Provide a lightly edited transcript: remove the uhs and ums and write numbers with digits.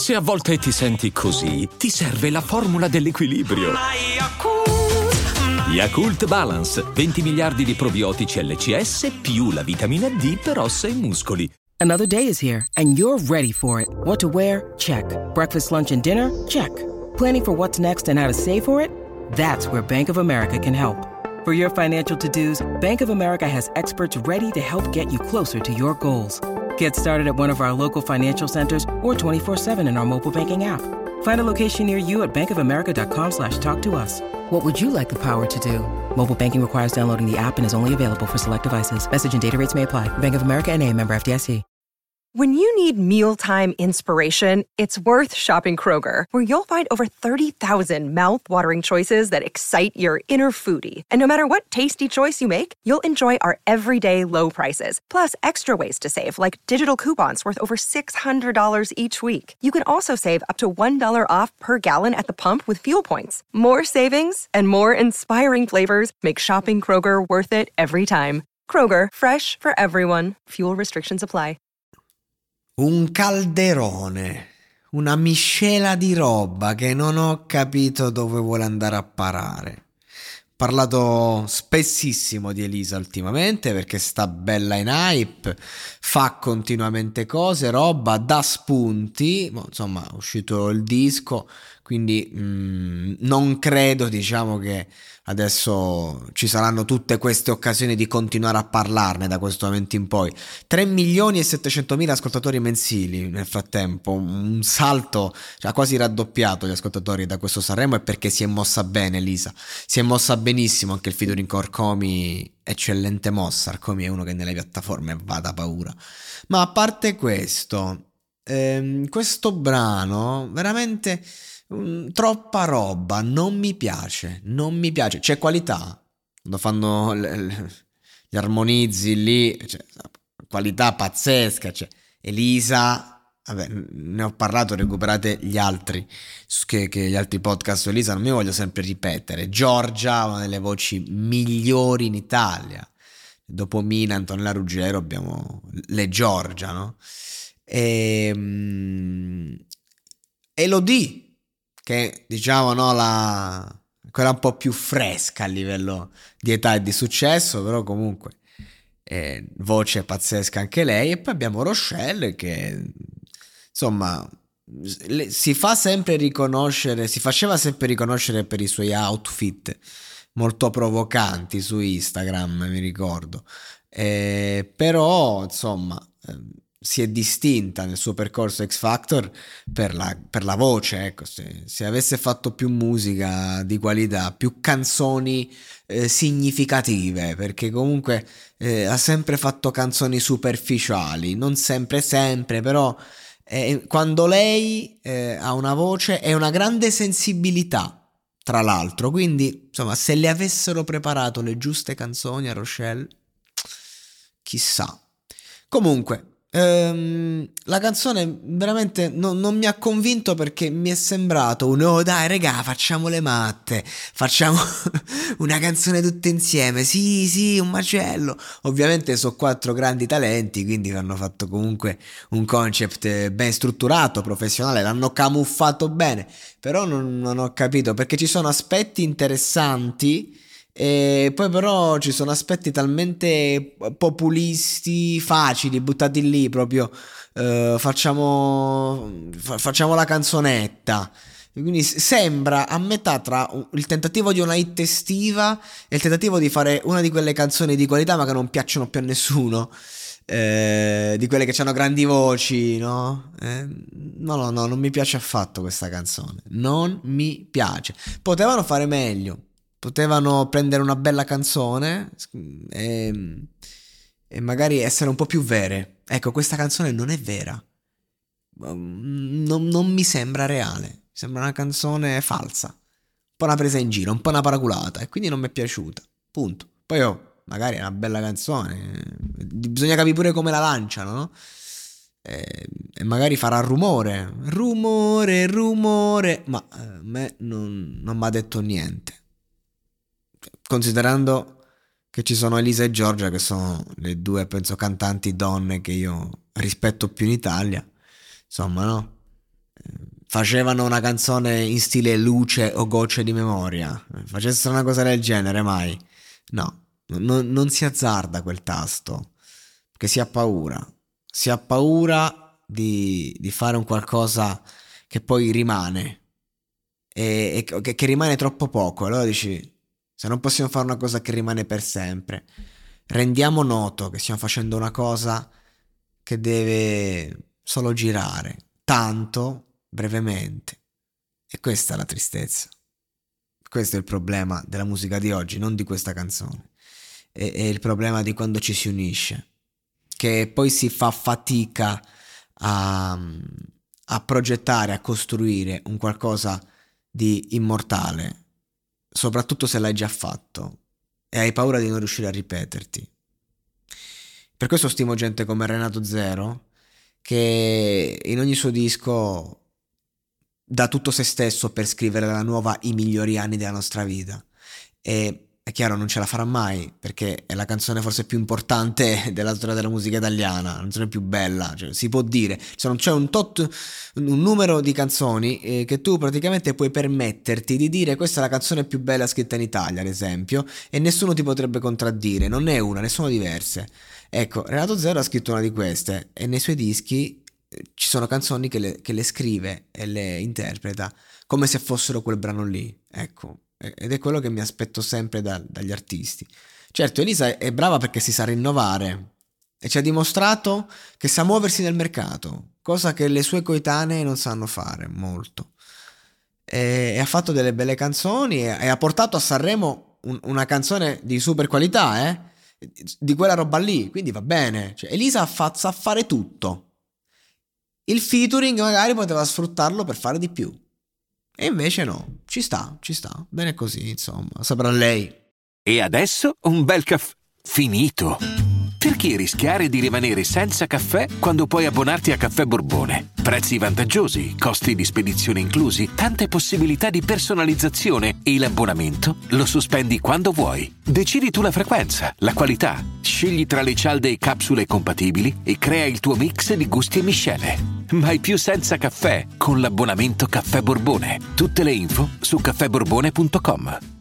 Se a volte ti senti così, ti serve la formula dell'equilibrio. Yakult Balance, 20 miliardi di probiotici LCS più la vitamina D per ossa e muscoli. Another day is here, and you're ready for it. What to wear? Check. Breakfast, lunch, and dinner? Check. Planning for what's next and how to save for it? That's where Bank of America can help. For your financial to-dos, Bank of America has experts ready to help get you closer to your goals. Get started at one of our local financial centers or 24/7 in our mobile banking app. Find a location near you at bankofamerica.com/talktous. What would you like the power to do? Mobile banking requires downloading the app and is only available for select devices. Message and data rates may apply. Bank of America N.A., member FDIC. When you need mealtime inspiration, it's worth shopping Kroger, where you'll find over 30,000 mouth-watering choices that excite your inner foodie. And no matter what tasty choice you make, you'll enjoy our everyday low prices, plus extra ways to save, like digital coupons worth over $600 each week. You can also save up to $1 off per gallon at the pump with fuel points. More savings and more inspiring flavors make shopping Kroger worth it every time. Kroger, fresh for everyone. Fuel restrictions apply. Un calderone, una miscela di roba che non ho capito dove vuole andare a parare. Ho parlato spessissimo di Elisa ultimamente perché sta bella in hype, fa continuamente cose, roba, dà spunti, insomma è uscito il disco, quindi non credo, diciamo, che adesso ci saranno tutte queste occasioni di continuare a parlarne da questo momento in poi. 3.700.000 ascoltatori mensili nel frattempo, un salto, cioè, ha quasi raddoppiato gli ascoltatori da questo Sanremo, e perché si è mossa bene Elisa, si è mossa benissimo, anche il featuring con Arcomi, eccellente mossa. Arcomi è uno che nelle piattaforme va da paura. Ma a parte questo, questo brano veramente troppa roba, non mi piace, c'è qualità quando fanno gli armonizzi lì, cioè, qualità pazzesca, cioè, Elisa, vabbè, ne ho parlato, recuperate gli altri che gli altri podcast su Elisa, non mi voglio sempre ripetere. Giorgia, una delle voci migliori in Italia, dopo Mina, Antonella Ruggero abbiamo le Giorgia, no? Elodie, che diciamo, no, quella un po' più fresca a livello di età e di successo, però comunque voce pazzesca anche lei. E poi abbiamo Rochelle che insomma si faceva sempre riconoscere per i suoi outfit molto provocanti su Instagram, mi ricordo, però insomma si è distinta nel suo percorso X Factor per la voce, ecco. Se avesse fatto più musica di qualità, più canzoni significative, perché comunque ha sempre fatto canzoni superficiali, non sempre, però quando lei ha una voce e una grande sensibilità, tra l'altro, quindi insomma, se le avessero preparato le giuste canzoni a Rochelle, chissà. Comunque la canzone veramente non mi ha convinto, perché mi è sembrato no dai regà, facciamo le matte, facciamo una canzone tutte insieme, sì, un macello. Ovviamente sono 4 grandi talenti, quindi hanno fatto comunque un concept ben strutturato, professionale, l'hanno camuffato bene, però non ho capito, perché ci sono aspetti interessanti e poi però ci sono aspetti talmente populisti, facili, buttati lì proprio, facciamo la canzonetta. Quindi sembra a metà tra il tentativo di una hit estiva e il tentativo di fare una di quelle canzoni di qualità ma che non piacciono più a nessuno, di quelle che hanno grandi voci, no? No, non mi piace affatto questa canzone, non mi piace. Potevano fare meglio. Potevano prendere una bella canzone e magari essere un po' più vere. Ecco, questa canzone non è vera. Non mi sembra reale. Mi sembra una canzone falsa. Un po' una presa in giro, un po' una paraculata. E quindi non mi è piaciuta. Punto. Poi magari è una bella canzone. Bisogna capire pure come la lanciano, no? E magari farà rumore. Ma a me non mi ha detto niente. Considerando che ci sono Elisa e Giorgia, che sono le due, penso, cantanti donne che io rispetto più in Italia, insomma, no? facevano una canzone in stile Luce o Gocce di memoria, facessero una cosa del genere mai? No, non si azzarda quel tasto, perché si ha paura di fare un qualcosa che poi rimane e che rimane troppo poco. Allora dici, se non possiamo fare una cosa che rimane per sempre, rendiamo noto che stiamo facendo una cosa che deve solo girare tanto brevemente. E questa è la tristezza, questo è il problema della musica di oggi, non di questa canzone. È il problema di quando ci si unisce, che poi si fa fatica a progettare, a costruire un qualcosa di immortale, soprattutto se l'hai già fatto e hai paura di non riuscire a ripeterti. Per questo stimo gente come Renato Zero, che in ogni suo disco dà tutto se stesso per scrivere la nuova I migliori anni della nostra vita. E è chiaro, non ce la farà mai, perché è la canzone forse più importante della storia della musica italiana, la canzone più bella, cioè, si può dire. C'è un numero di canzoni che tu praticamente puoi permetterti di dire questa è la canzone più bella scritta in Italia, ad esempio, e nessuno ti potrebbe contraddire, non è una, ne sono diverse. Ecco, Renato Zero ha scritto una di queste e nei suoi dischi ci sono canzoni che le scrive e le interpreta come se fossero quel brano lì, ecco. Ed è quello che mi aspetto sempre dagli artisti. Certo, Elisa è brava perché si sa rinnovare e ci ha dimostrato che sa muoversi nel mercato, cosa che le sue coetanee non sanno fare molto. E ha fatto delle belle canzoni e ha portato a Sanremo una canzone di super qualità, di quella roba lì, quindi va bene. Cioè, Elisa sa fare tutto. Il featuring magari poteva sfruttarlo per fare di più. E invece no, ci sta, bene così, insomma, saprà lei. E adesso un bel caffè finito. Perché rischiare di rimanere senza caffè quando puoi abbonarti a Caffè Borbone? Prezzi vantaggiosi, costi di spedizione inclusi, tante possibilità di personalizzazione e l'abbonamento lo sospendi quando vuoi. Decidi tu la frequenza, la qualità, scegli tra le cialde e capsule compatibili e crea il tuo mix di gusti e miscele. Mai più senza caffè con l'abbonamento Caffè Borbone. Tutte le info su caffèborbone.com.